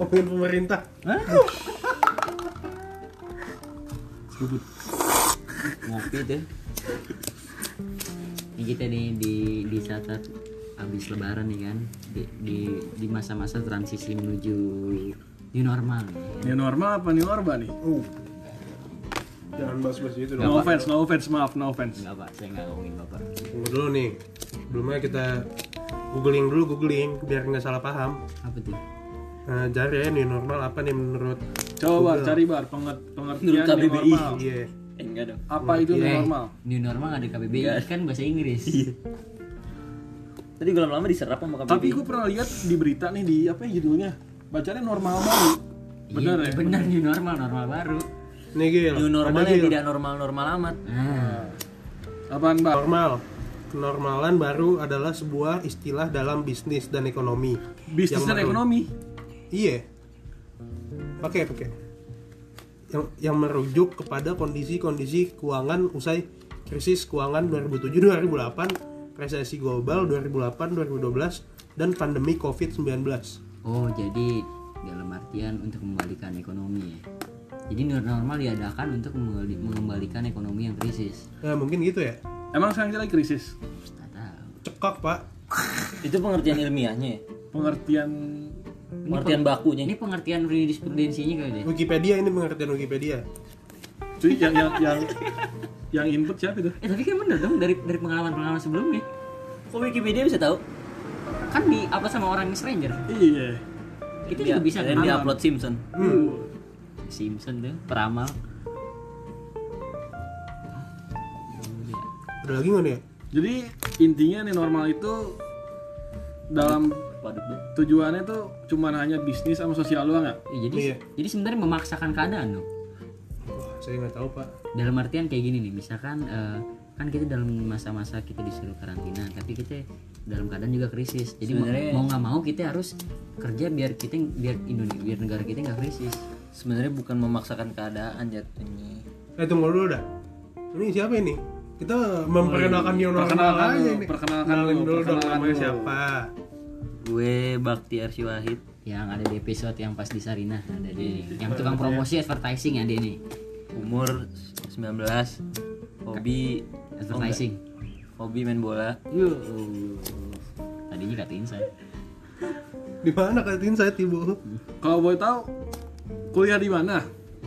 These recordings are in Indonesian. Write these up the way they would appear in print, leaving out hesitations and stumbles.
ngomongin pemerintah. Ngopi tuh. Ini kita nih di saat habis lebaran nih kan, di masa-masa transisi menuju new normal nih. New normal apa new orba nih? Jangan bahas-bahas itu No dong. offense, maaf, no offense. Enggak Pak, saya enggak ngomongin Bapak. Tunggu dulu nih. Sebelumnya kita googling biar nggak salah paham. Apa tuh? Nah, Jare new normal apa nih menurut Coba Google? cari bar pengertian Menurut new KBBI. normal. Iya. Enggak dong. Apa itu new normal? New normal ada KBBI kan bahasa Inggris. Tadi gue lama-lama diserap sama KBBI. Tapi gue pernah lihat di berita nih di apa ya judulnya? Bacanya normal baru. Benar Iya, ya? benar new normal baru. Nih Gil. New normal ada yang Gil. tidak normal-normal amat. Nah, Apaan, Bang? Normal. Kenormalan baru adalah sebuah istilah dalam bisnis dan ekonomi. Bisnis Yang dan baru. ekonomi. Iya. Oke. Yang merujuk kepada kondisi-kondisi keuangan usai krisis keuangan 2007-2008, resesi global 2008-2012, dan pandemi COVID-19. oh jadi dalam artian untuk membalikan ekonomi ya. Jadi new normal diadakan untuk mengembalikan ekonomi yang krisis. Nah, mungkin gitu ya. Emang sekarang kita lagi krisis. Tak tahu. Cekak, Pak. Itu pengertian ilmiahnya ya? Pengertian Pengertian bakunya. Ini pengertian jurisprudensinya kali deh. Wikipedia ini pengertian Wikipedia. cuy yang input siapa itu? Tapi kan bener dong dari pengalaman sebelumnya. Kok Wikipedia bisa tahu? Kan di apa sama orang stranger. Iya. Kita juga bisa Dan kan. di upload Simpson. Simpson tuh peramal. Ada lagi nggak nih ya? Jadi intinya nih normal itu dalam Waduh deh. tujuannya tuh cuman hanya bisnis sama sosial doang ya? Iya. Jadi sebenarnya memaksakan keadaan dong. Wah, saya nggak tahu, Pak. Dalam artian kayak gini nih, misalkan kan kita dalam masa-masa kita disuruh karantina, tapi kita dalam keadaan juga krisis. Jadi Sebenarnya- mau nggak mau kita harus kerja biar Indonesia, biar negara kita nggak krisis. Sebenarnya bukan memaksakan keadaan jatuhnya. Tunggu dulu dah. Ini siapa ini? Kita memperkenalkan new normal Perkenalkan aja dulu, ini. perkenalkan Kenalin dulu, dulu dong perkenalkan namanya dulu. siapa. Gue Bakti Arsy Wahid. Yang ada di episode yang pas di Sarinah ada di yang tukang promosi advertising ya dia nih. Umur 19. Hobi Advertising. Hobi main bola. Yo. Tadinya katain saya. Di mana katiin saya Tibo? Kalau boleh tahu kuliah di mana?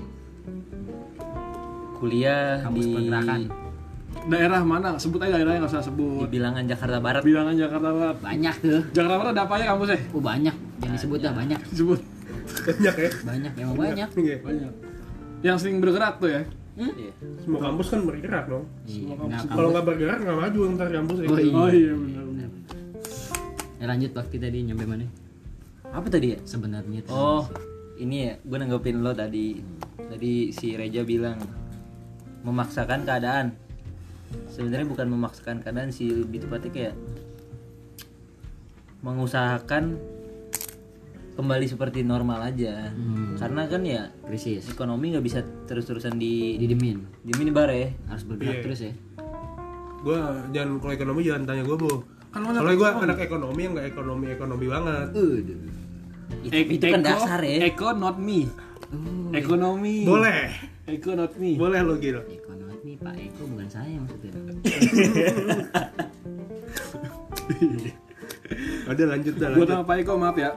Kuliah Kampus di Pergerakan. Daerah mana? Sebut aja daerahnya nggak usah di sebut. bilangan Jakarta Barat. Bilangan Jakarta Barat. Banyak tuh. Jakarta Barat ada apa ya kampusnya? Oh banyak. Jangan disebut dah banyak. Disebut Banyak ya. Banyak emang banyak. Iya. banyak. Yang sering bergerak tuh ya. Iya. Semua kampus kan bergerak dong. Iya. kampus Nah, Kalau nggak bergerak nggak maju ntar kampus ya. Oh, iya. Oh iya benar. Ya, lanjut Bakti tadi nyampe mana? Apa tadi ya? Sebenarnya tuh. Oh, ini ya, gue nanggepin lo tadi. Tadi si Reja bilang memaksakan keadaan. Sebenarnya bukan memaksakan keadaan sih, lebih tepatnya kayak mengusahakan kembali seperti normal aja. Karena kan ya Krisis. ekonomi nggak bisa terus-terusan Didemin. di minibar ya. Harus bergerak Iya. terus ya. Gua jangan kalau ekonomi jangan tanya gue bu. Kan lo anak Soalnya gue ekonomi. anak ekonomi yang nggak ekonomi banget. Itu kan dasar ya. Eko not me. Ekonomi. Boleh, Eko not me. boleh lo Gil. Ekonomi Pak Eko bukan saya maksudnya. Udah lanjut dah Buat lanjut. nama Pak Eko maaf ya.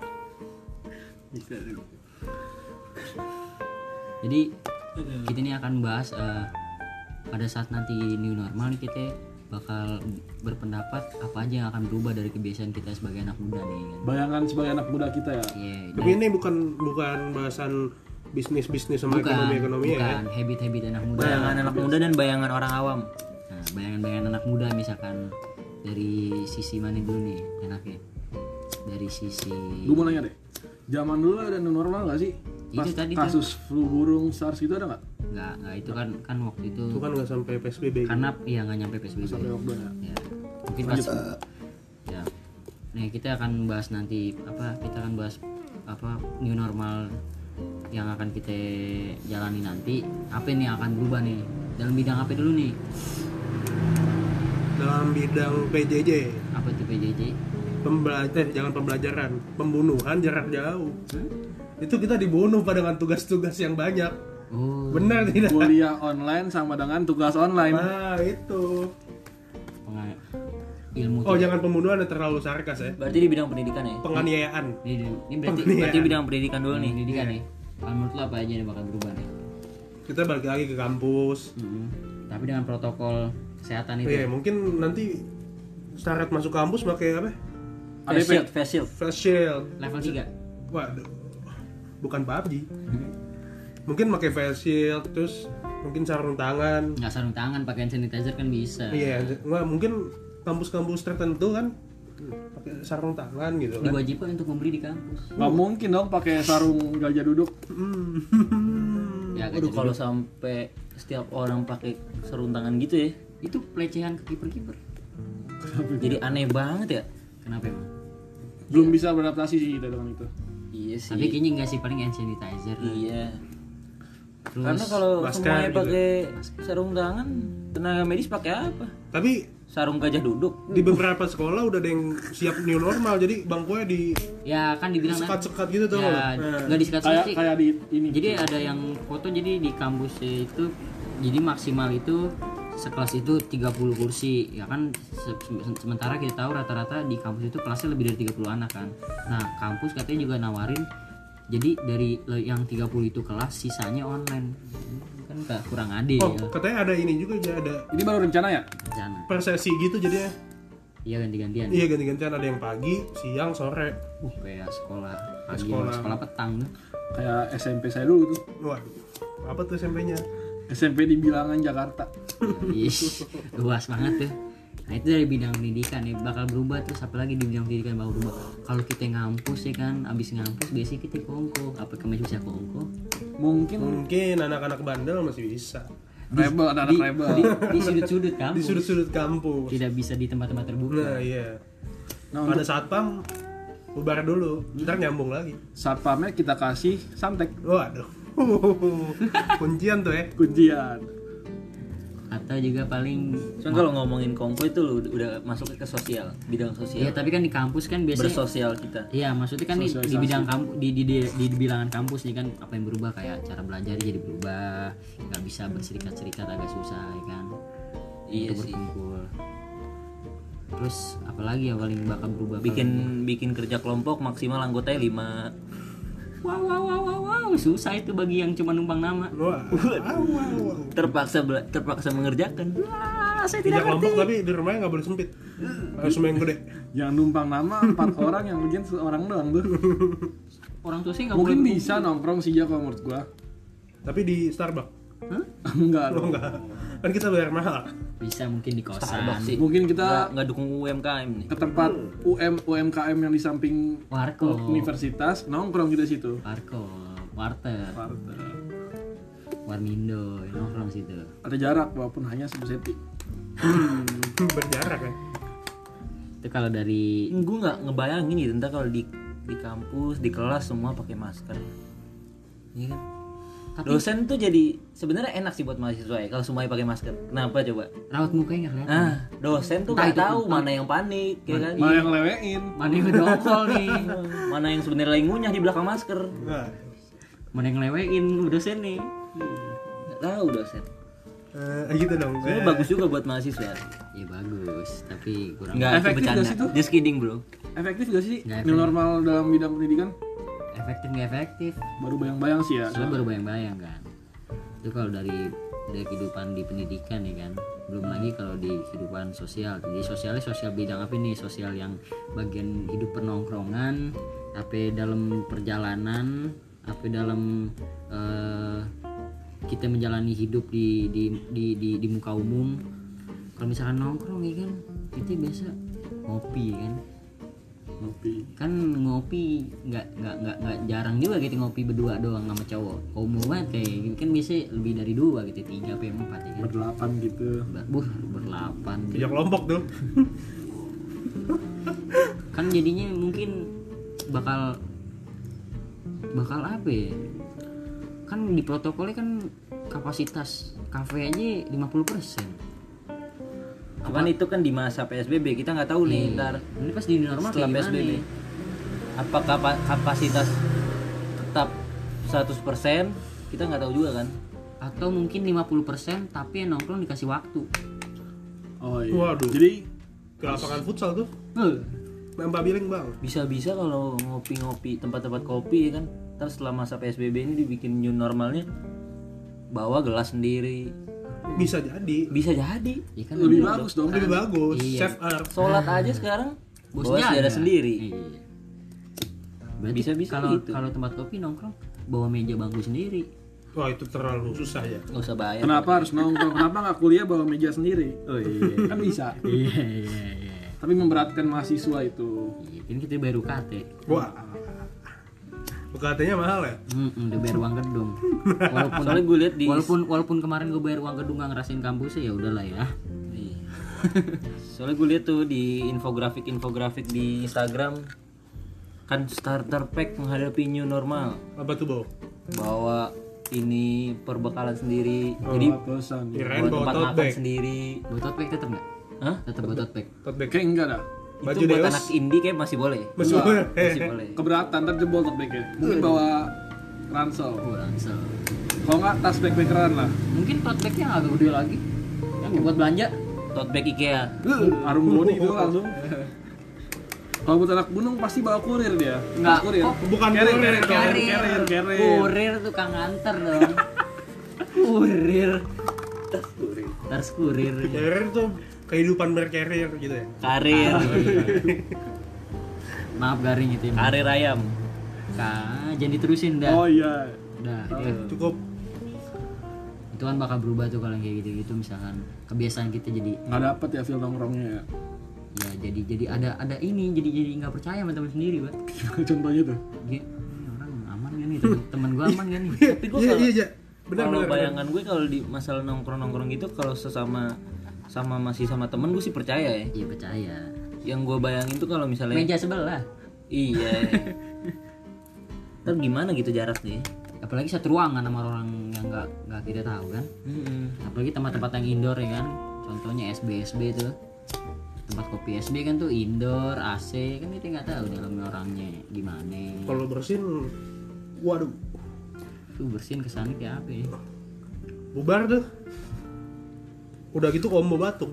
Jadi kita ini akan bahas pada saat nanti new normal nih kita bakal berpendapat apa aja yang akan berubah dari kebiasaan kita sebagai anak muda nih kan. Bayangan sebagai anak muda kita ya. Iya, Tapi ini bukan bahasan bisnis sama ekonomi ya. bukan habit-habit anak muda. Bayangan anak muda dan bayangan orang awam. Nah, bayangan-bayangan anak muda misalkan dari sisi mana dulu nih enaknya? Dari sisi Gue mau nanya deh. Zaman dulu ada new normal nggak sih? Itu tadi tuh. kasus flu burung SARS itu ada nggak? nggak itu kan waktu itu Itu kan nggak sampai PSBB. karena ya nggak nyampe PSBB. Sampai lockdown ya. Ya, mungkin pas ya. Nih kita akan bahas nanti kita akan bahas new normal yang akan kita jalani nanti. Apa nih yang akan berubah nih? Dalam bidang apa dulu nih? Dalam bidang PJJ, Apa itu PJJ? jangan pembelajaran, pembunuhan jarak jauh. Itu kita dibunuh pada dengan tugas-tugas yang banyak. Oh, Benar tidak? Kuliah online sama dengan tugas online. Nah, itu. penga- ilmu Oh, jangan pembunuhan yang terlalu sarkas ya. Berarti di bidang pendidikan ya? Penganiayaan. ini berarti Berarti bidang pendidikan dulu nih. pendidikan nih. Kalau menurut lo apa aja yang bakal berubah nih? Kita balik lagi ke kampus. Tapi dengan protokol kesehatan itu. Iya, mungkin nanti syarat masuk kampus pakai apa? Face shield. Face shield. Level 3. Waduh. Bukan PUBG. Mungkin pakai face shield, terus mungkin sarung tangan. Nggak sarung tangan, pakai hand sanitizer kan bisa. Iya, nggak mungkin kampus-kampus tertentu kan pakai sarung tangan gitu kan. Diwajibkan untuk membeli di kampus. Nggak mungkin dong pakai sarung gajah duduk. Ya, Waduh, kalau sampai setiap orang pakai sarung tangan gitu ya, itu pelecehan ke kiper-kiper. jadi aneh banget ya. Kenapa emang? Belum bisa beradaptasi sih kita dengan itu. Iya sih. Tapi kayaknya nggak sih, paling hand sanitizer. Iya. Terus Karena kalau masker semuanya gitu. pakai sarung tangan, tenaga medis pakai apa? Tapi Sarung gajah duduk. di beberapa sekolah udah ada yang siap new normal, jadi bangkunya di ya kan dibilang sekat-sekat gitu tuh. ya, Nah. nggak disikat Kayak sih. kayak di ini. Jadi ada yang foto, jadi di kampusnya itu jadi maksimal itu sekelas itu 30 kursi ya kan, sementara kita tahu rata-rata di kampus itu kelasnya lebih dari 30 anak kan. Nah, kampus katanya juga nawarin jadi dari yang 30 itu kelas, sisanya online. Kan nggak kurang adil Oh, ya. katanya ada ini juga ya, ada Ini baru rencana ya? Rencana. per sesi gitu jadinya. Iya, ganti-gantian. Iya, ganti-gantian, ada yang pagi, siang, sore. Kayak sekolah pagi, Sekolah. sekolah petang tuh. Kayak SMP saya dulu tuh. Waduh. Apa tuh SMP-nya? SMP di Bilangan Jakarta. Ih, luas banget tuh. Nah, itu dari bidang pendidikan ya, bakal berubah. Terus apalagi di bidang pendidikan bakal berubah. Kalau kita ngampus ya kan, abis ngampus biasanya kita kongko. Apa kamu bisa kongko? Mungkin Mungkin anak-anak bandel masih bisa. rebel, anak-anak rebel. Di sudut-sudut Di kampus. sudut-sudut kampus. Tidak bisa di tempat-tempat terbuka. Nah, iya. Nah, Pada untuk satpam bubar dulu, ntar nyambung lagi. satpamnya kita kasih santek Waduh. Kuncian tuh ya. kuncian. Atau juga paling Cuman kalau ngomongin kongko itu lu udah masuk ke sosial, bidang ya, sosial. tapi kan di kampus kan biasanya Bersosial kita. iya, maksudnya kan di bidang kampus, di bilangan kampus nih kan, apa yang berubah, kayak cara belajar jadi berubah, nggak bisa berserikat-serikat, agak susah ya kan. Iya Untuk sih. berkumpul. Terus apalagi yang paling bakal berubah? Bikin kerja kelompok maksimal anggotanya 5. Wow, susah itu bagi yang cuma numpang nama. Wah. Terpaksa mengerjakan. Wah, saya Tidak tidak kelompok ngerti. tapi di rumahnya nggak boleh sempit. Harus semua yang gede. Yang numpang nama 4 orang, yang ujian seorang doang tuh. Orang tua sih nggak Mungkin boleh. bisa nongkrong sih ya kalau menurut gua. Tapi di Starbucks. Enggak Oh, dong. enggak. Kan kita bayar mahal. Bisa mungkin di kosan. Starbucks sih. Mungkin kita Nggak dukung UMKM nih. ke tempat UMKM yang di samping Warkop. universitas, nongkrong kita situ. Warkop, warteg, Warteg. warmindo, nongkrong situ. Ada jarak walaupun hanya 1 senti. Berjarak ya. Itu kalau dari Gue nggak ngebayangin gitu ntar kalau di kampus, di kelas semua pakai masker. Iya kan? Dosen tuh jadi sebenarnya enak sih buat mahasiswa ya kalau semuanya pakai masker. Kenapa coba? raut mukanya nggak kelihatan. Nah, dosen tuh Entah nggak itu tahu tentang- mana yang panik, ya kan? Malah yang lewein. Mana yang ngedongkol nih? Mana yang sebenarnya lagi ngunyah di belakang masker? Nah, Mana yang ngelewein dosen nih? Nggak tahu dosen. gitu dong. Sebenarnya bagus juga buat mahasiswa. Ya bagus, tapi kurang. Enggak, itu Efektif nggak bercanda. sih tuh? Just kidding, bro. Efektif gak sih Nggak new efektif. normal dalam bidang pendidikan? Efektif nggak efektif? Baru bayang-bayang sih ya. Soalnya baru bayang-bayang kan. Itu kalau dari kehidupan di pendidikan ya kan. Belum lagi kalau di kehidupan sosial. Jadi sosialnya sosial bidang apa nih? Sosial yang bagian hidup penongkrongan, apa dalam perjalanan, apa dalam kita menjalani hidup di muka umum. Kalau misalkan nongkrong ya kan, kita biasa ngopi kan. Ngopi nggak jarang juga gitu ngopi berdua doang sama cowok, umum banget kayak gitu kan, biasanya lebih dari 2 gitu, 3 sampai 4 ya kan. Berdelapan gitu. Berlapan Kerja kelompok tuh. kan, jadinya mungkin bakal apa ya, kan di protokolnya kan kapasitas kafe aja 50%. Cuman itu kan di masa PSBB, kita nggak tahu nih ntar Ini pas di normal setelah kayak gimana PSBB. nih? Apakah kapasitas tetap 100%, kita nggak tahu juga kan. Atau mungkin 50% tapi yang nongkrong dikasih waktu. Oh iya. Waduh. Jadi Ke lapangan futsal tuh. Mbak Bileng bang. Bisa-bisa kalau ngopi-ngopi tempat-tempat kopi ya kan, terus setelah masa PSBB ini dibikin new normalnya, bawa gelas sendiri. Bisa jadi. Bisa jadi. Ya kan lebih bagus dong. Lebih bagus. Iya. Chef art. Sholat aja sekarang bawa bosnya sejarah ada sendiri. Iya. Berarti Bisa-bisa kalau gitu. kalau tempat kopi nongkrong bawa meja bangku sendiri. Wah itu terlalu susah ya. Nggak usah bayar. Kenapa harus nongkrong? Kenapa nggak kuliah bawa meja sendiri? Oh iya. Kan bisa. Iya. Tapi memberatkan mahasiswa itu. Iya, ini kita bayar UKT. Wah. UKT-nya mahal ya? Udah bayar uang gedung. Walaupun Soalnya gue lihat di walaupun kemarin gue bayar uang gedung nggak ngerasain kampusnya, ya udahlah ya. Iya. Soalnya gue lihat tuh di infografik di Instagram kan starter pack menghadapi new normal. Apa tuh Bo? Bawa ini perbekalan sendiri. Jadi Pesan. Kirain bawa bawa tempat tote makan bag. sendiri. Buat tote bag tetap nggak? Hah? Tetap buat tote bag. Tote bag. Kayak enggak dah. Baju Itu buat Deus. anak indie kayak masih boleh. Masih boleh. Masih boleh. Keberatan, ntar jebol tote bagnya. Mungkin bawa ransel. Ransel. Kalau nggak tas backpackeran lah. Mungkin tote bagnya agak gede lagi. Yang buat belanja. Tote bag IKEA. Arum boni itu langsung. Kalau buat anak gunung pasti bawa kurir dia. Nggak, Tas kurir. kok Bukan Carrier, kurir, carrier. Kurir tukang nganter dong. Kurir. Tas kurir. Carrier tuh kehidupan bercarrier gitu ya. Karir. Maaf garing itu ya. Karir ayam. Jangan diterusin dah. Oh iya. Udah, itu Cukup. itu kan bakal berubah tuh kalau yang kayak gitu-gitu, misalkan kebiasaan kita jadi Nggak dapet ya feel nongkrongnya ya. ya jadi ada ini jadi nggak percaya sama teman sendiri, Pak. Contohnya tuh. Ini orang aman gak nih, teman gue aman gak nih? Tapi gue Iya kalau iya. Benar kalau benar. bayangan gue kalau di masalah nongkrong gitu kalau sesama masih sama temen gue sih percaya ya. Iya percaya. Yang gue bayangin tuh kalau misalnya Meja sebelah. iya. Ntar gimana gitu jaraknya? Apalagi satu ruangan sama orang yang nggak kita tahu kan. Apalagi tempat-tempat yang indoor ya kan. Contohnya SB itu. Tempat kopi SB kan tuh indoor, AC, kan kita nggak tahu dalamnya orangnya gimana. Kalau bersin, waduh, Tuh bersihin kesana kayak apa ya? bubar tuh. Udah gitu combo batuk.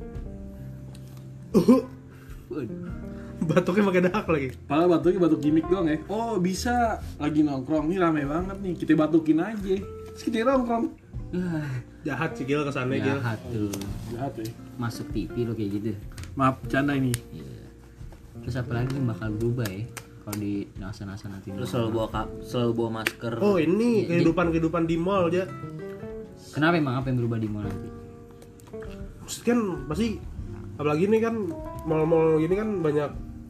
Waduh. Batuknya pakai dak lagi. Padahal batuknya batuk gimmick doang ya. Oh bisa lagi nongkrong nih rame banget nih. Kita batukin aja. Terus kita nongkrong. Jahat sih Gil kesana Gil. Jahat tuh. Jahat ya. Masuk TV lo kayak gitu. Maaf bercanda ini. Iya. Terus apa lagi yang bakal berubah ya? Kalau di nasa-nasa nanti. Terus selalu bawa masker. Oh ini kehidupan di mall aja. Kenapa emang apa yang berubah di mall nanti? Maksudnya kan pasti apalagi ini kan mall-mall gini kan banyak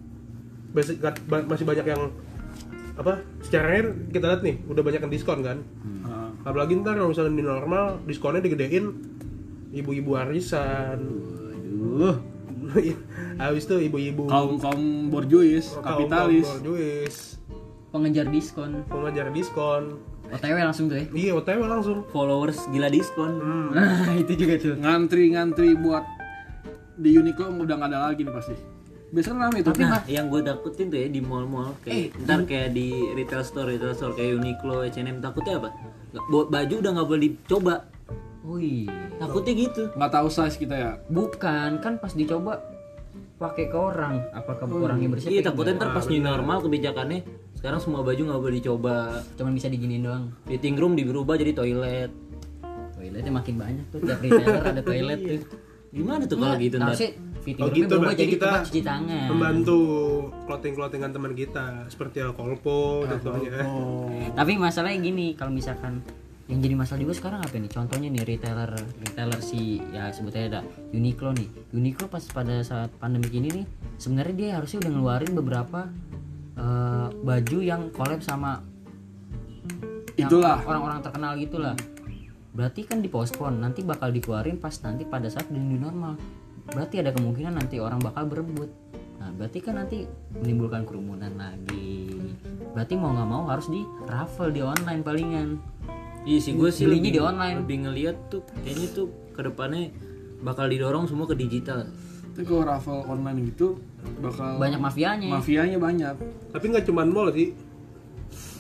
masih banyak yang apa? Secara real kita lihat nih udah banyak yang diskon kan. Apalagi ntar kalau misalnya di normal diskonnya digedein ibu-ibu arisan. Waduh. Habis itu ibu-ibu Kaum borjuis, kapitalis. borjuis, Pengejar diskon. pengejar diskon. OTW langsung tuh ya. Iya, OTW langsung. Followers gila diskon. Nah, itu juga tuh. Ngantri buat di Uniqlo udah nggak ada lagi nih pasti. Biasanya rame tuh. Nah, yang gue takutin tuh ya di mall-mall kayak ntar kayak di retail store kayak Uniqlo, H&M, takutnya apa? Baju udah nggak boleh dicoba. Wih. Takutnya gitu. Nggak tahu size kita ya. Bukan, kan pas dicoba pakai ke orang, apakah orangnya bersih? Iya, takutnya enggak? ntar pas new normal kebijakannya sekarang semua baju nggak boleh dicoba. Cuman bisa diginiin doang. Fitting room dirubah jadi toilet. Toiletnya makin banyak tuh, tiap retailer ada toilet tuh. Gimana tuh kalau gitu ntar? Harusnya fitting Oh roomnya gitu berubah berarti jadi kita tempat cuci tangan. membantu clothing-clothingan teman kita seperti Alkolpo contohnya. Tapi masalahnya gini, kalau misalkan yang jadi masalah juga sekarang apa nih? Contohnya nih retailer si ya sebutnya ada Uniqlo nih. Uniqlo pas pada saat pandemi ini nih, sebenarnya dia harusnya udah ngeluarin beberapa baju yang collab sama yang Itulah. orang-orang terkenal gitulah. Berarti kan dipospon, nanti bakal dikeluarin pas nanti pada saat di new normal. Berarti ada kemungkinan nanti orang bakal berebut. Nah, berarti kan nanti menimbulkan kerumunan lagi. Berarti mau nggak mau harus di raffle di online palingan. Iya sih, gue sih Belinya di online. lebih ngeliat tuh kayaknya tuh kedepannya bakal didorong semua ke digital. Tapi kalau raffle online gitu bakal Banyak mafianya. mafianya banyak. Tapi nggak cuma mall sih.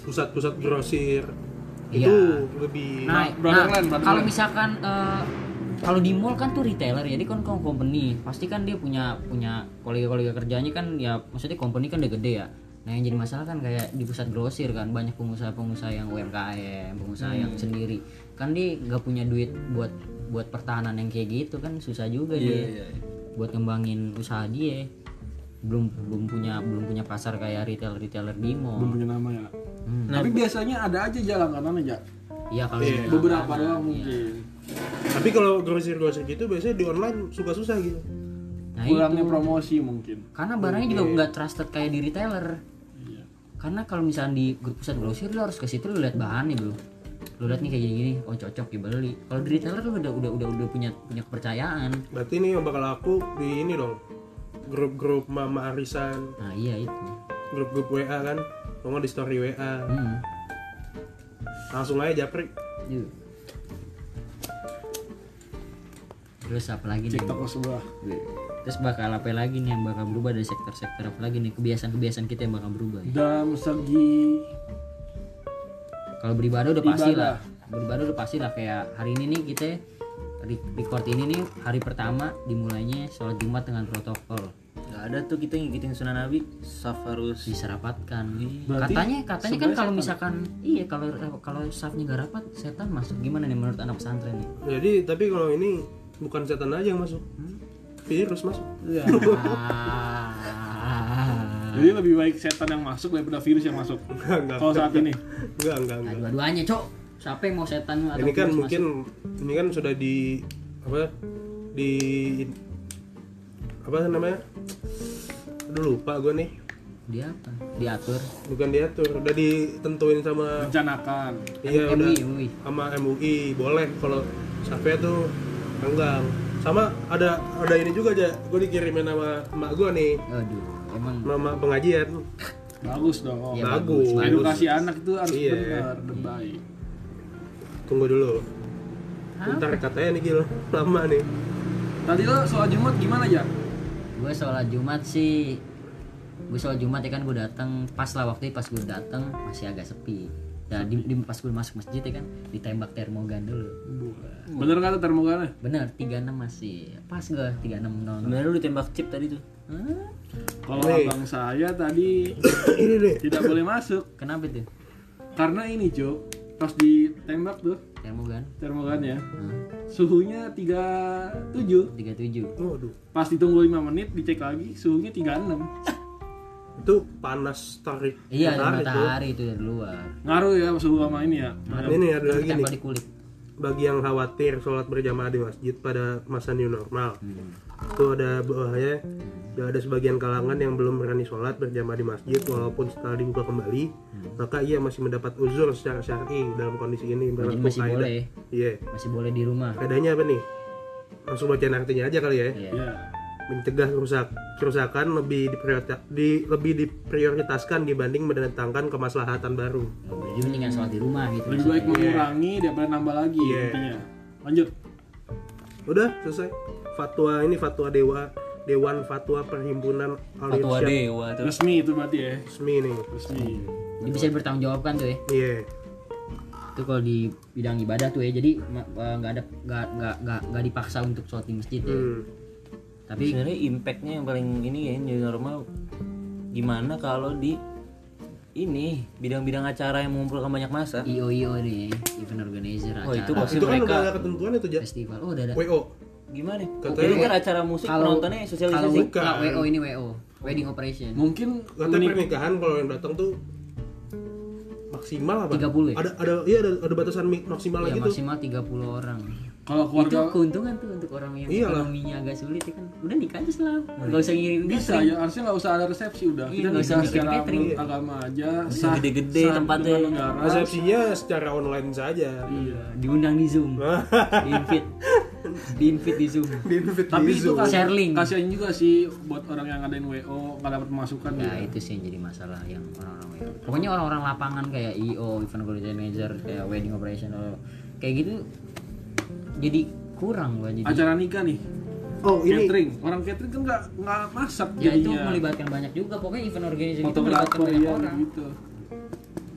pusat-pusat grosir Iya. itu lebih Brotherland. kalau misalkan kalau di mall kan tuh retailer, jadi kan company pasti kan dia punya kolega-kolega kerjanya kan, ya maksudnya company kan udah gede ya. Nah yang jadi masalah kan kayak di pusat grosir kan banyak pengusaha-pengusaha yang UMKM, pengusaha yang sendiri kan dia nggak punya duit buat pertahanan yang kayak gitu kan, susah juga dia buat ngembangin usaha dia. belum punya pasar kayak retailer di mall. Belum punya nama ya. Tapi biasanya ada aja jalan aja. Iya kalau di Beberapa jalanan, doang iya. mungkin. Tapi kalau grosir gitu biasanya di online suka susah gitu. Nah, Kurangnya itu. promosi mungkin. Karena barangnya juga nggak trusted kayak di retailer. Iya. Karena kalau misalnya di pusat grosir lo harus ke situ lo lihat bahannya bro. Lo lihat nih kayak gini, oh cocok dibeli. Kalau di retailer lo udah punya kepercayaan. Berarti nih yang bakal laku di ini dong. Grup-grup mama arisan, Nah iya itu. grup-grup WA kan. Kalau di story WA. Langsung aja japri. Yuk. Terus apa lagi nih? Cek toko sebelah. Terus bakal apa lagi nih yang bakal berubah dari sektor-sektor apa lagi nih, kebiasaan-kebiasaan kita yang bakal berubah ya? Dalam segi Kalau beribadah udah pasti Ibadah. lah. Beribadah udah pasti lah, kayak hari ini nih kita record ini nih hari pertama dimulainya sholat Jumat dengan protokol. Nggak ada tuh kita ngikutin sunnah Nabi, saf harus Diserapatkan. Berarti Katanya kan sebenarnya kalau setan. misalkan iya kalau safnya gak rapat setan masuk, gimana nih menurut anak pesantren nih? Jadi tapi kalau ini bukan setan aja yang masuk. Virus masuk. ya. Ah. Jadi lebih baik setan yang masuk daripada virus yang masuk. Enggak. Kalau saat ini. Enggak. Nah, dua-duanya cok. Siapa yang mau setan atau Ini kan virus mungkin masuk? ini kan sudah di apa namanya? Aduh lupa gue nih. Dia apa? Diatur. Bukan diatur, udah ditentuin sama Rencanakan. iya udah MUI. sama MUI boleh kalau sampai tuh enggang. Sama ada ini juga aja, gue dikirimin sama emak gue nih, Aduh, emang mama pengajian. Bagus dong. Iya, Bagus. Edukasi anak itu harus Iya. benar dan baik. Tunggu dulu. Bentar katanya nih Gil, lama nih. Tadi lo soal Jumat gimana ya? gue sholat Jumat sih, gue sholat Jumat ya kan, gue datang pas lah waktu itu, pas gue datang masih agak sepi. Ya pas gue masuk masjid ya kan ditembak termogan dulu. Bener kata termogannya? Bener 36 masih pas gue 36 nol. sebenarnya lu ditembak chip tadi tuh. Kalau Nih. abang saya tadi Ini nih. tidak boleh masuk Kenapa tuh karena ini Cok, pas ditembak tuh termogan? termogannya suhunya 37. 37. Waduh. Pas ditunggu 5 menit dicek lagi suhunya 36. Itu panas tarik Iya ada matahari tuh. matahari itu dari luar. Ngaruh ya suhu sama ini ya. Ini ada lagi nih. Tempel di kulit. Bagi yang khawatir sholat berjamaah di masjid pada masa new normal, itu ada bawahnya. Ya, ada sebagian kalangan yang belum berani sholat berjamaah di masjid walaupun setelah dibuka kembali, maka ia masih mendapat uzur secara syar'i dalam kondisi ini. Jadi Menurut masih kaidah. boleh. Iya. Masih boleh di rumah. Kaidahnya apa nih? Langsung bacain artinya aja kali ya. Iya. Ya. Mencegah kerusakan lebih diprioritaskan dibanding mendatangkan kemaslahatan baru. Jadi mendingan sholat di rumah gitu. Lebih baik mengurangi daripada nambah lagi Iya. intinya. Lanjut. Udah selesai. Fatwa ini fatwa Dewan Fatwa Perhimpunan Fatwa Al-Irsyad dewa tuh. Resmi itu berarti ya. Resmi nih. Resmi. Jadi bisa bertanggungjawabkan tuh ya. Iya. Itu kalau di bidang ibadah tuh ya, jadi nggak dipaksa untuk sholat di masjid ya. Tapi Sebenarnya impactnya yang paling ini ya new normal gimana kalau di ini bidang-bidang acara yang mengumpulkan banyak masa. IO nih, event organizer acara Oh, itu pasti Itu kan mereka udah ada ketentuan itu aja. festival. Oh udah ada. WO. gimana? Katanya- Itu kan acara musik penontonnya kalau sosialisasi. Bukan. nggak WO ini WO, wedding operation. Mungkin Katanya pernikahan kalau yang datang tuh maksimal apa? 30 ya? Ada batasan maksimal Ya lagi tuh. maksimal 30 orang. kalau Itu keluarga keuntungan tuh untuk orang yang Iyalah. ekonominya agak sulit ya kan. Udah nikah aja setelah. Enggak usah ngirim bisa catering. ya, harusnya nggak usah ada resepsi udah. Iya, Kita nggak usah nikah bikin secara catering. menurut agama aja. Bisa gede-gede sah tempatnya. dengan negara. Resepsinya secara online saja. Iya. Diundang di Zoom. Di-invite di Zoom. Di-invite Tapi di itu Zoom. Share link. kasihan juga sih buat orang yang ngadain WO nggak dapat pemasukan Ya gitu. itu sih yang jadi masalah yang orang-orang WO. Pokoknya orang-orang lapangan kayak IO, event organizer, kayak wedding operation, kayak gitu jadi kurang gua jadi. Acara nikah nih, Oh ini catering. Orang catering kan nggak masak Ya itu jadinya. melibatkan banyak juga. Pokoknya event organizer itu melibatkan Fotografer banyak ya orang. gitu.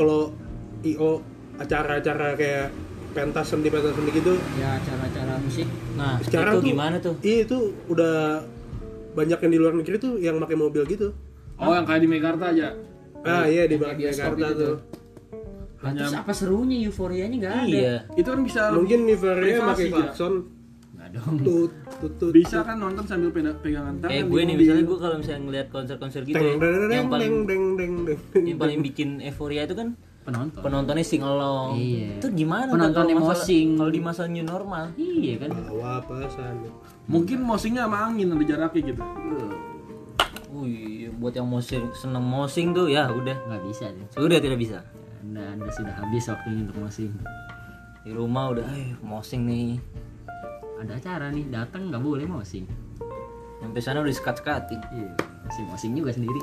kalau IO acara-acara kayak pentas seni gitu Ya acara-acara musik. Nah, sekarang itu tuh gimana tuh? iya itu udah banyak yang di luar negeri tuh yang pakai mobil gitu. Oh, yang kayak di Mekarta aja. Iya di Kayak bioskop Jakarta gitu tuh. Nah, terus apa serunya, euforianya nggak ada? Iya. Itu kan bisa Mungkin Niveria privasi, pakai Ja. klakson Nggak dong. tut. Bisa kan nonton sambil pegangan tangan. Kayak di gue nih, mobil. misalnya gue kalau misalnya ngeliat konser-konser gitu ya, yang paling yang paling bikin euforia itu kan Penonton. penontonnya sing along. Iya. Itu gimana Penontonnya kalau masalah- mosing. kalau di masa new normal? Iya kan. bawa pasan. Mungkin mosingnya sama angin ada jaraknya gitu. Wih, buat yang mosing seneng mosing tuh ya udah. Nggak bisa deh. Sudah tidak bisa. Anda sudah habis waktunya untuk mosing. Di rumah udah mosing nih. Ada acara nih, datang nggak boleh mosing. Sampai sana udah sekat-sekatin. Iya. Mosing juga sendiri.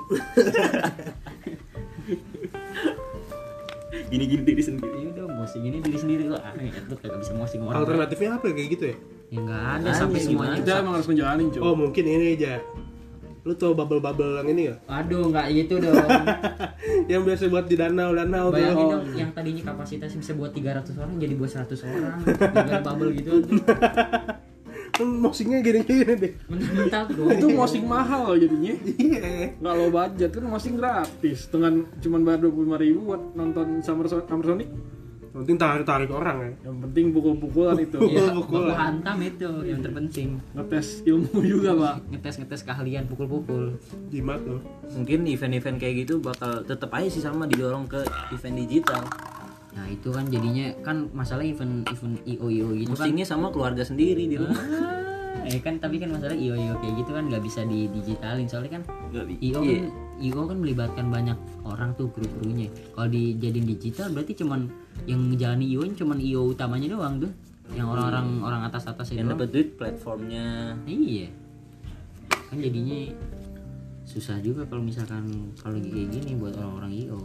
Gini-gini diri sendiri. Iya dong, mosing ini diri sendiri lah. Lu kagak bisa mosing orang. Alternatifnya apa ya kayak gitu ya? Ya nggak ada Aneh sampai gimana? semuanya. Kita emang harus ngejalanin, cuy. Oh mungkin ini aja. Lu tau bubble yang ini gak? Aduh, nggak gitu dong. Yang biasa buat di danau tuh. Bayangin dong, yang tadinya kapasitasnya bisa buat 300 orang jadi buat 100 orang. Gara bubble gitu tuh. Mosingnya gini-gini deh. Mental dong. Itu mosing mahal loh jadinya. Iya. Nggak lo budget kan mosing gratis. Dengan cuman bayar 25.000 buat nonton Summer Sonic. Yang penting tarik orang ya. Yang penting pukul-pukulan itu. Iya, Pukul. baku hantam itu yang terpenting. Ngetes ilmu juga, Pak. Ngetes keahlian pukul-pukul. Jimat tuh. Mungkin event-event kayak gitu bakal tetap aja sih sama didorong ke event digital. Nah itu kan jadinya kan masalah event IO gitu kan. Mosingnya sama keluarga sendiri di rumah. Kan tapi kan masalah IO kayak gitu kan nggak bisa didigitalin soalnya kan IO Iya. kan IO kan melibatkan banyak orang tuh kru-krunya. Kalau dijadiin digital berarti cuman yang menjalani IO cuman IO utamanya doang tuh. Yang orang atas-atas itu. Yang dapat duit platformnya. Iya. Kan jadinya susah juga kalau misalkan kalau lagi kayak gini buat orang-orang IO.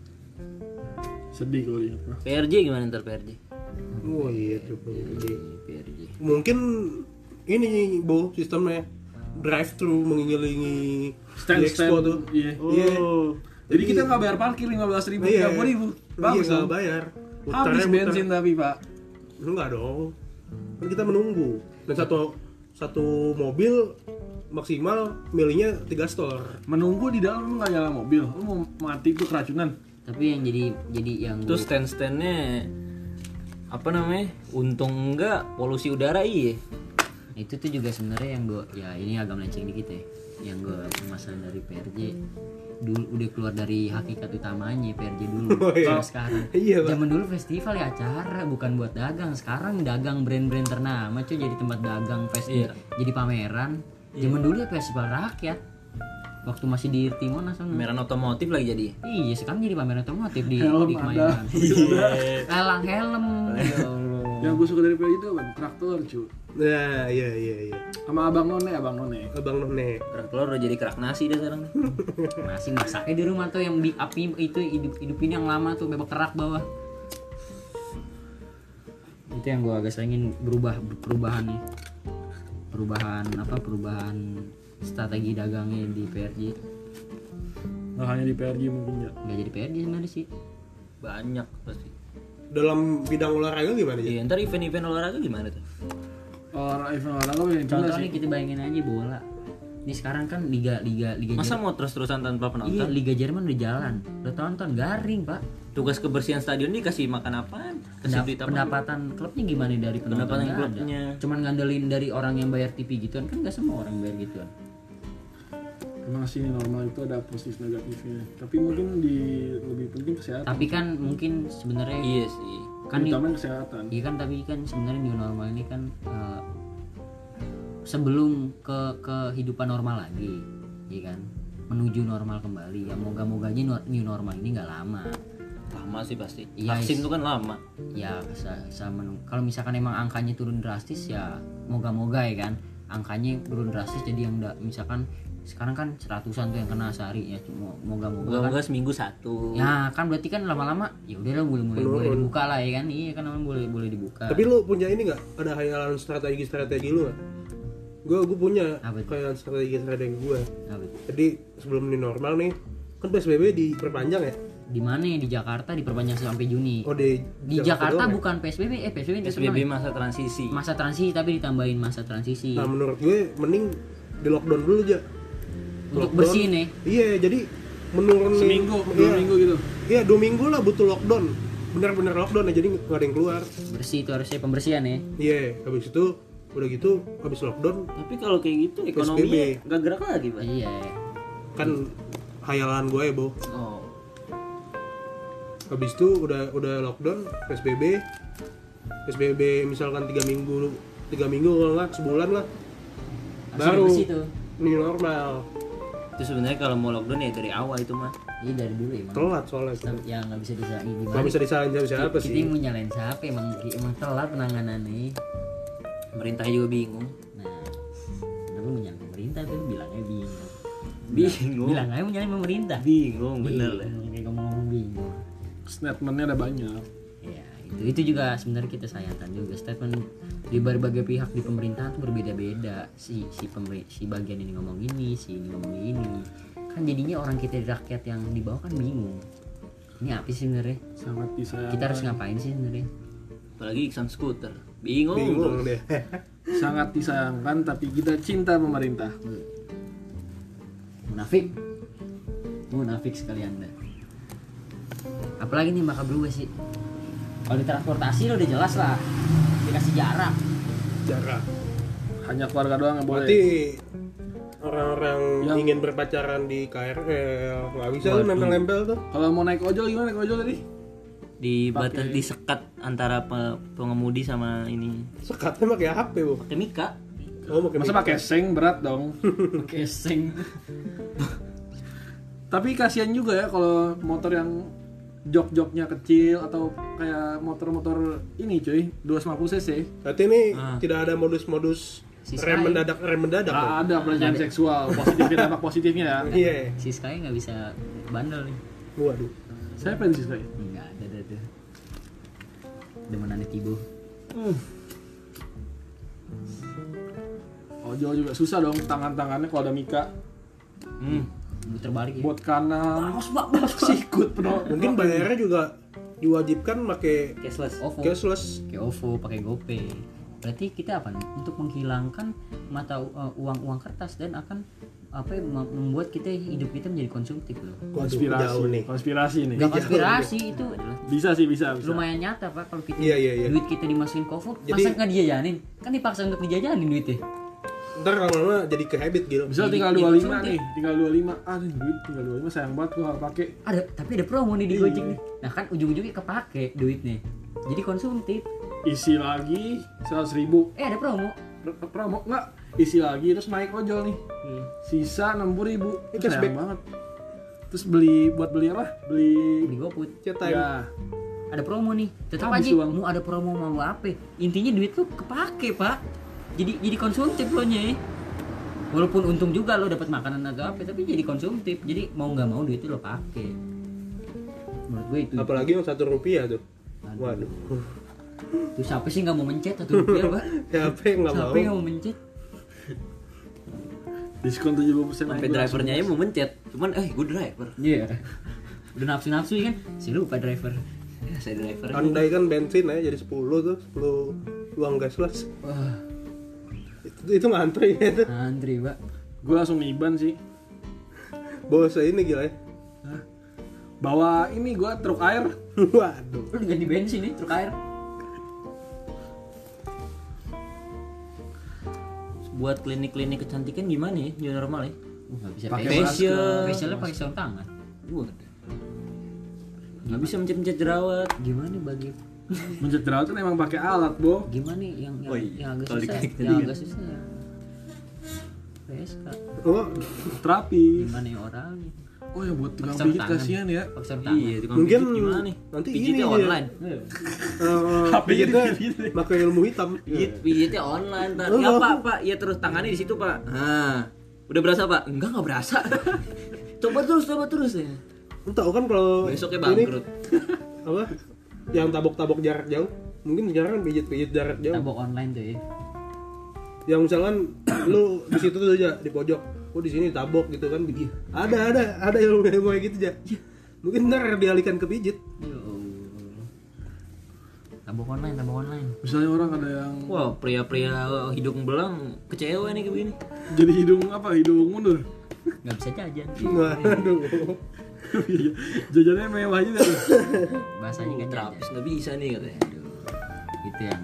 Sedih kalau lihat, Pak. PRJ gimana ntar PRJ? Oh iya tuh. PRJ. Mungkin ini Bo sistemnya drive thru mengiringi Stand di expo tuh. Iya. Iya. Jadi kita nggak bayar parkir 15.000, Iya. 30.000. Iya Bagus nggak dong. bayar. Habis bensin tapi, Pak. Enggak dong. Kan kita menunggu. Dan satu mobil maksimal milihnya 3 store. Menunggu di dalam lu nggak nyala mobil. Lu mau mati tuh keracunan. Tapi yang jadi yang Terus stand-standnya apa namanya? Untung enggak polusi udara iya. itu tuh juga sebenarnya yang gue ya ini agak melenceng dikit ya. Yang gue masalah dari PRJ dulu udah keluar dari hakikat utamanya PRJ dulu. Oh, iya. Sama sekarang. Iya, Pak. Zaman dulu festival ya acara bukan buat dagang. Sekarang dagang brand-brand ternama cuy jadi tempat dagang festival. Jadi pameran. Zaman dulu ya festival rakyat. Waktu masih di Timonas sana. Pameran otomotif lagi jadi. Iya, sekarang jadi pameran otomotif di Helm Kemayoran. ada. Lelang helm. Ya Allah. Yang gue suka dari PRJ itu apa? Traktor, cu. Nah, iya. Sama Abang None. Abang None. Kerak telur udah jadi kerak nasi dah sekarang. Masih masaknya di rumah tuh yang api itu hidupin yang lama tuh bebek kerak bawah. Itu yang gua agak sayangin perubahan nih. Perubahan strategi dagangnya di PRJ. Nggak hanya di PRJ mungkin ya. Nggak jadi PRJ sebenarnya sih. Banyak pasti. Dalam bidang olahraga gimana ya? Iya, ntar event-event olahraga gimana tuh? Event olahraga yang jelas Contoh sih. nih kita bayangin aja bola. Ini sekarang kan liga Masa mau terus-terusan tanpa Iya, penonton? Liga Jerman udah jalan. Udah tonton garing, Pak. Tugas kebersihan stadion dikasih makan apaan? Kasih duit apa? Pendapatan klubnya gimana dari penonton? Pendapatan Nggak klubnya. ada. Cuman ngandelin dari orang yang bayar TV gituan kan nggak semua orang bayar gituan. Emang sih normal itu ada positif negatifnya. Tapi mungkin lebih penting kesehatan. Tapi kan mungkin sebenarnya Iya sih. kan Terutama kesehatan. iya kan tapi kan sebenarnya new normal ini kan sebelum ke kehidupan normal lagi, iya kan? Menuju normal kembali. Ya moga-moganya new normal ini nggak lama. Lama sih pasti. Iya, Vaksin tuh kan lama. Ya kalau misalkan emang angkanya turun drastis ya moga-moga ya kan angkanya turun drastis jadi yang misalkan sekarang kan 100-an tuh yang kena sehari ya moga-moga kan Moga-moga seminggu satu. ya kan berarti kan lama-lama ya udah lah boleh dibuka lah ya kan iya kan boleh dibuka. Tapi lu punya ini nggak? Ada khayalan strategi lu nggak? Gue punya Apa itu? khayalan strategi gue. Apa itu? Jadi sebelum ini normal nih, kan PSBB diperpanjang ya. Di mana? Di Jakarta diperpanjang sampai Juni. Oh di Jakarta doang ya? bukan PSBB, PSBB itu PSBB sebenarnya. masa transisi. Masa transisi tapi ditambahin masa transisi. Nah menurut gue mending di lockdown dulu aja. Untuk Lockdown. bersihin ya. Iya jadi menurunin Seminggu, 2 minggu gitu. Iya 2 minggu lah butuh lockdown. Bener-bener lockdown ya jadi nggak ada yang keluar. Bersih itu harusnya pembersihan ya. Iya habis itu udah gitu habis lockdown Tapi kalau kayak gitu ekonomi nggak gerak lagi, Pak. Iya. kan hayalan gue ya Bo. Oh. Habis itu udah lockdown PSBB misalkan 3 minggu kalau nggak sebulan lah Langsung baru bersih tuh. new normal. Itu sebenarnya kalau mau lockdown ya dari awal itu mah. Iya dari dulu emang. Telat soalnya itu. Ya nggak bisa disalahin gimana. Nggak bisa disalahin siapa Kita sih. mau nyalain siapa emang telat penanganannya. Pemerintah juga bingung. Nah, kenapa mau nyalain pemerintah tuh bilangnya bingung. Bingung. Bilang aja mau nyalain pemerintah. Bingung bener lah. Kayak ngomong bingung. Statementnya ada banyak. Ya itu juga sebenarnya kita sayangkan juga statement di berbagai pihak di pemerintahan tuh berbeda-beda si bagian ini ngomong ini si ini ngomong ini kan jadinya orang kita di rakyat yang di bawah kan bingung ini apa sih sebenarnya Sangat disayangkan. kita harus ngapain sih sebenarnya Apalagi Iksan Skuter. Bingung Bingung terus. deh. Sangat disayangkan tapi kita cinta pemerintah. munafik sekali anda apalagi nih bakal berubah sih kalau di transportasi lo udah jelas lah dikasih jarak Jarak. Hanya keluarga doang yang boleh. Berarti orang-orang Yang- ingin berpacaran di KRL nggak bisa lu nempel-nempel tuh. Kalau mau naik ojol gimana naik ojol tadi? Disekat antara pengemudi sama ini. Sekatnya pakai HP Bu. Pakai mika. Oh pakai Masa pakai seng berat dong. keseng Tapi kasihan juga ya kalau motor yang jok-joknya kecil atau kayak motor-motor ini cuy 250 cc. Berarti ini tidak ada modus-modus Si rem Sky. mendadak Nggak ada pelecehan seksual. Positifnya dampak positifnya ya. Iya. si Sky nggak bisa bandel nih Waduh. Saya pengen sih sekali. nggak ada tuh demenannya Tibo Ojol juga susah dong tangan-tangannya kalau ada mika. muter balik ya Buat kanan. Sikut penuh. Mungkin bayarnya juga diwajibkan pakai Cashless. OVO cashless. kayak OVO pakai GoPay berarti kita apa nih untuk menghilangkan mata uang kertas dan akan apa ya, membuat kita hidup kita menjadi konsumtif loh Waduh, jauh nih. Konspirasi nih. nggak konspirasi itu adalah Bisa sih bisa. lumayan nyata pak kalau kita Iya. duit kita dimasukin ke OVO Jadi- masa nggak dijajanin kan dipaksa untuk dijajanin duitnya Ntar lama-lama jadi ke habit gitu. Bisa Jadi- tinggal jadi 25 konsumtif. nih, tinggal 25. Ah, nih duit tinggal 25 sayang banget gua enggak pakai. ada tapi ada promo nih di Gojek nih nah kan ujung-ujungnya kepake duitnya jadi konsumtif Isi lagi 100.000. ada promo Promo enggak? Isi lagi terus naik ojol nih. Sisa 60.000. Itu Sayang cashback. banget. Terus beli apa? Beli beli GoFood Chat time. ya. ada promo nih tetap Habis aja uang. mau ada promo mau apa intinya duit lu kepake pak jadi konsumtif lo nya walaupun untung juga lo dapat makanan atau apa tapi jadi konsumtif jadi mau nggak mau duit itu lo pakai menurut gue itu Apalagi yang Rp1 tuh. Waduh. tuh siapa sih nggak mau mencet atau rupiah pak Siapa yang nggak mau? siapa yang mau mencet Diskon 70% Sampai drivernya aja mau mencet. Cuman gue driver. iya udah nafsu kan si lupa driver Ya, saya driver. Andai kan bensin ya jadi 10 tuh, 10 uang gasless. wah Itu ngantri ya tuh. antri pak Gua langsung IBAN sih. Bos ini gila ya. Bawa ini gua truk air. Waduh. lu ganti bensin nih truk air Buat klinik-klinik kecantikan gimana ya? New normal ya? nggak bisa Pakai facial. facialnya pakai sarung tangan Nggak bisa mencet-mencet jerawat. gimana bagi Mencet jerawat kan emang pakai alat, Bo. gimana yang Oh iya, yang agak kalau susah diklik tadi yang kan. agak susah PSK Oh, Terapi. gimana yang orangnya Oh ya buat tukang Pakai sarung pijit tangan. kasihan ya. pakai sarung tangan Iya, tukang mungkin pijit gimana nih? nanti Pijitnya ini ya. online. pijitnya pakai ilmu hitam. Pijitnya online, Pak. Oh, Ya, oh. Pak. Ya terus tangannya di situ, Pak. Nah, udah berasa, Pak? Enggak berasa. coba terus ya. Lu tahu kan kalau Besoknya ini, bangkrut. apa? Yang tabok-tabok jarak jauh. Mungkin sekarang kan pijit-pijit jarak jauh. tabok online tuh ya Yang misalkan lu di situ tuh aja di pojok. Oh di sini tabok gitu kan. Ada ilmu kayak gitu aja. Mungkin ntar dialihkan ke pijit. Ya Allah. Tabung online. Misalnya orang ada yang Wah, pria-pria hidung belang kecewa nih kayak begini. jadi hidung mundur. Nggak bisa jajan. Waduh. Iya, jajannya mewah juga tuh. Bahasanya nggak jajan. Terapis nggak bisa nih katanya. Aduh, itu yang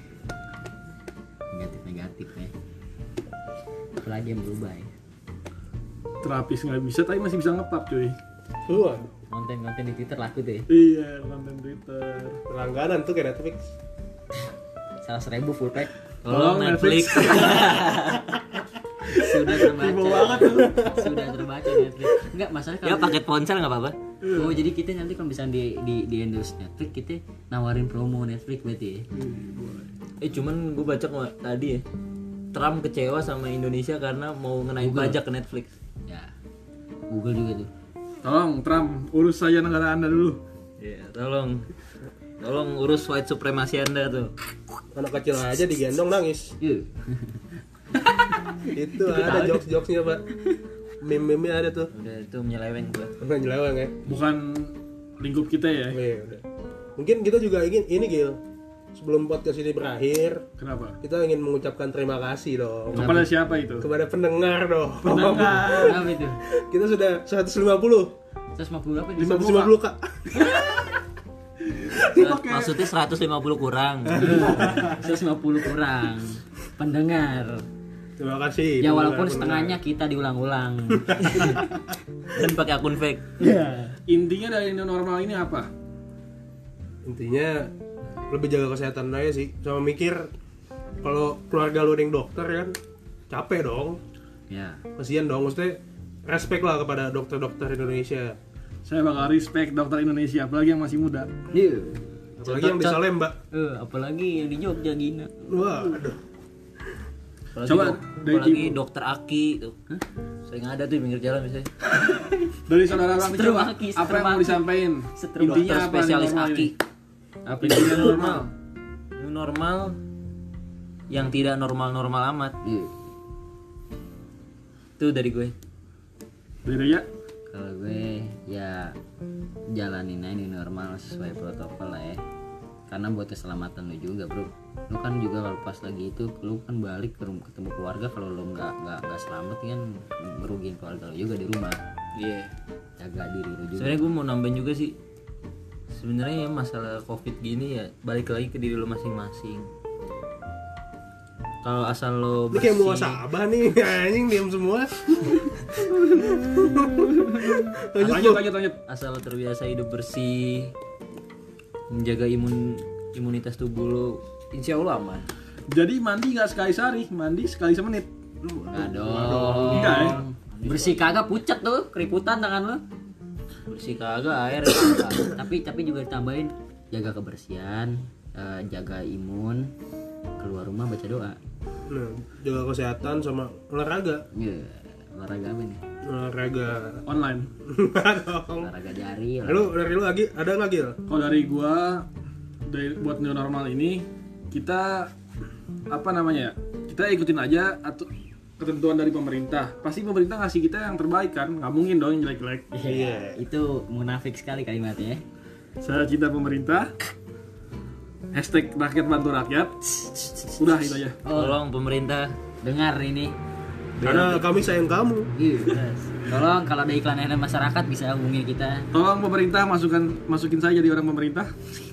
negatif ya. Apalagi yang berubah ya. Terapis nggak bisa, tapi masih bisa ngepap cuy. Wah, Konten-konten di Twitter laku tuh ya. Iya, konten Twitter. langganan tuh kayak Netflix. 100.000 full pack. Tolong Netflix. Sudah terbaca. Tiba banget tuh. Sudah terbaca Netflix. Enggak, masalah Ya paket ponsel nggak apa-apa. Oh, jadi kita nanti kalau misalnya di endorse Netflix, kita nawarin promo Netflix berarti ya. Cuman gue baca tadi ya, Trump kecewa sama Indonesia karena mau ngenaik pajak ke Netflix. Ya. Google juga tuh. Tolong Trump, urus saja negara Anda dulu. Iya, tolong urus white supremasi Anda tuh. Anak kecil aja digendong nangis. Iya. Itu ada jokes-jokesnya, Pak. Meme-meme ada tuh. Udah itu menyeleweng gua. Pernah nyeleweng ya. Bukan lingkup kita ya. Iya, udah. Mungkin kita juga ingin ini Gil. Sebelum podcast ini berakhir, Kenapa? kita ingin mengucapkan terima kasih dong Kepada siapa itu? kepada pendengar dong. Pendengar. Kenapa itu? Kita sudah 150. 150 apa? 150 Kak. Maksudnya 150 kurang. 150 kurang. Pendengar. Terima kasih. Ya walaupun pendengar. setengahnya kita diulang-ulang. Dan pakai akun fake. Iya. Intinya dari new normal ini apa? Intinya lebih jaga kesehatan aja sih. Sama mikir kalau keluarga lu ada yang dokter kan capek dong. Ya. Kasihan dong, maksudnya respect lah kepada dokter-dokter Indonesia. Saya bakal respect dokter Indonesia, apalagi yang masih muda. Iya. Apalagi yang di Salemba. Apalagi yang di Jogja Gina. Wah, aduh. Coba dari apalagi Ibu. dokter Aki tuh. Sering ada tuh di pinggir jalan misalnya. Dari saudara Raffi Setrum coba Aki, apa setrum yang mau Aki. disampaikan? Setrum Intinya Dokter apa spesialis new normal Aki. ini? Apa intinya new normal? New normal yang tidak normal-normal amat. Iya. Itu dari gue. Dari ya? Kalau gue ya jalanin aja new normal sesuai protokol lah ya. Karena buat keselamatan lu juga, Bro. Lu kan juga kalau pas lagi itu lu kan balik ke rumah, ketemu keluarga, kalau lu nggak selamat kan merugiin keluarga lu juga di rumah. Iya. Jaga diri lu juga. Sebenarnya gue mau nambahin juga sih. Sebenarnya ya masalah Covid gini ya balik lagi ke diri lo masing-masing. Kalau asal lo Ini kayak bersih, muasabah nih, anjing diam semua. Lanjut. asal lo terbiasa hidup bersih, menjaga imunitas tubuh lo, insya Allah aman. Jadi mandi nggak sekali sehari, mandi sekali semenit. Enggak dong. Enggak ya? Bersih kagak pucat tuh, keriputan tangan lu. Bersih kagak air. Tapi juga ditambahin jaga kebersihan, jaga imun, keluar rumah baca doa. Nah, jaga kesehatan sama olahraga. Iya, olahraga apa nih? Olahraga Online. dong. Olahraga jari. Dari lu lagi ada nggak Gil? Kalau dari gua, buat new normal ini kita apa namanya ya? Kita ikutin aja atau ketentuan dari pemerintah. Pasti pemerintah ngasih kita yang terbaik kan? Nggak mungkin dong yang jelek-jelek. Iya, itu munafik sekali kalimatnya. Saya cinta pemerintah. Hashtag rakyat bantu rakyat. Udah itu aja. Tolong pemerintah. Dengar ini. Karena kami sayang kamu. Iya. Tolong kalau ada iklan yang masyarakat bisa hubungi kita. Tolong pemerintah masukin saya jadi orang pemerintah.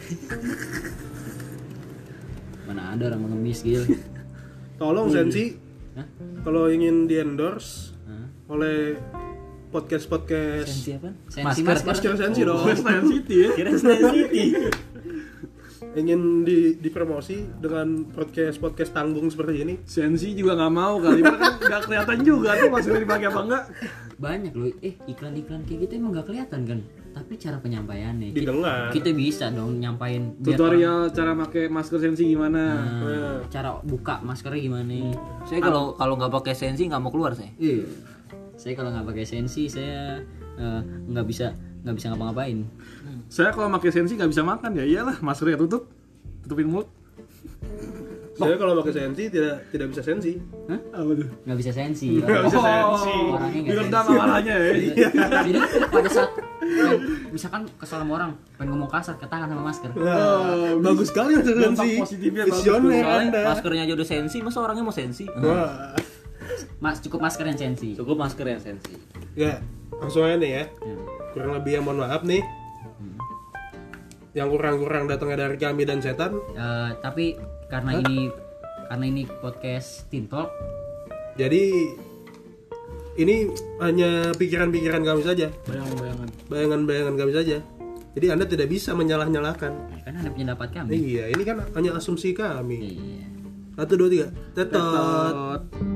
Mana ada orang mengemis Gil. Tolong Sensi, Hah? kalau ingin di endorse Hah? oleh podcast Sensi apa? Sensi Masker. Masker Sensi dong. Western City ya. Kira City. Ingin dipromosi dengan podcast tanggung seperti ini. Sensi juga nggak mau kali, kan nggak kelihatan juga tuh maskernya dipakai apa enggak. Banyak loh. Iklan-iklan kayak gitu emang gak kelihatan kan. Tapi cara penyampaiannya Didengar. kita bisa dong nyampain biar Tutorial cara pakai masker Sensi gimana? cara buka maskernya gimana. Saya kalau nggak pakai sensi nggak mau keluar saya. Iya. Saya kalau nggak pakai sensi saya nggak bisa ngapa-ngapain. Saya kalau pakai Sensi nggak bisa makan ya iyalah, maskernya tutupin mulut. Saya kalau pakai Sensi tidak bisa Sensi. Hah? Apa tuh? Nggak bisa sensi. Nggak bisa sensi. Orangnya nggak Diredam sensi. amarahnya ya. Jadi misalkan kesal sama orang pengen ngomong kasar ketahan sama masker. Wah, bagus sekali Mas dampak Sensi. positifnya bagus Visioner tuh. Anda. Maskernya aja udah sensi, masa orangnya mau sensi? Wah. Cukup masker yang sensi. Cukup masker yang sensi. Ya, langsung aja nih ya. Ya. Kurang lebih ya mohon maaf nih. Yang kurang-kurang datangnya dari kami dan setan. Tapi karena ini podcast Teen Talk, Jadi ini hanya pikiran-pikiran kami saja, Bayangan-bayangan. bayangan-bayangan kami saja. Jadi Anda tidak bisa menyalah-nyalahkan. kan ada pendapat kami. Iya, ini kan hanya asumsi kami. Iya. 1, 2, 3. Tetot. Tetot.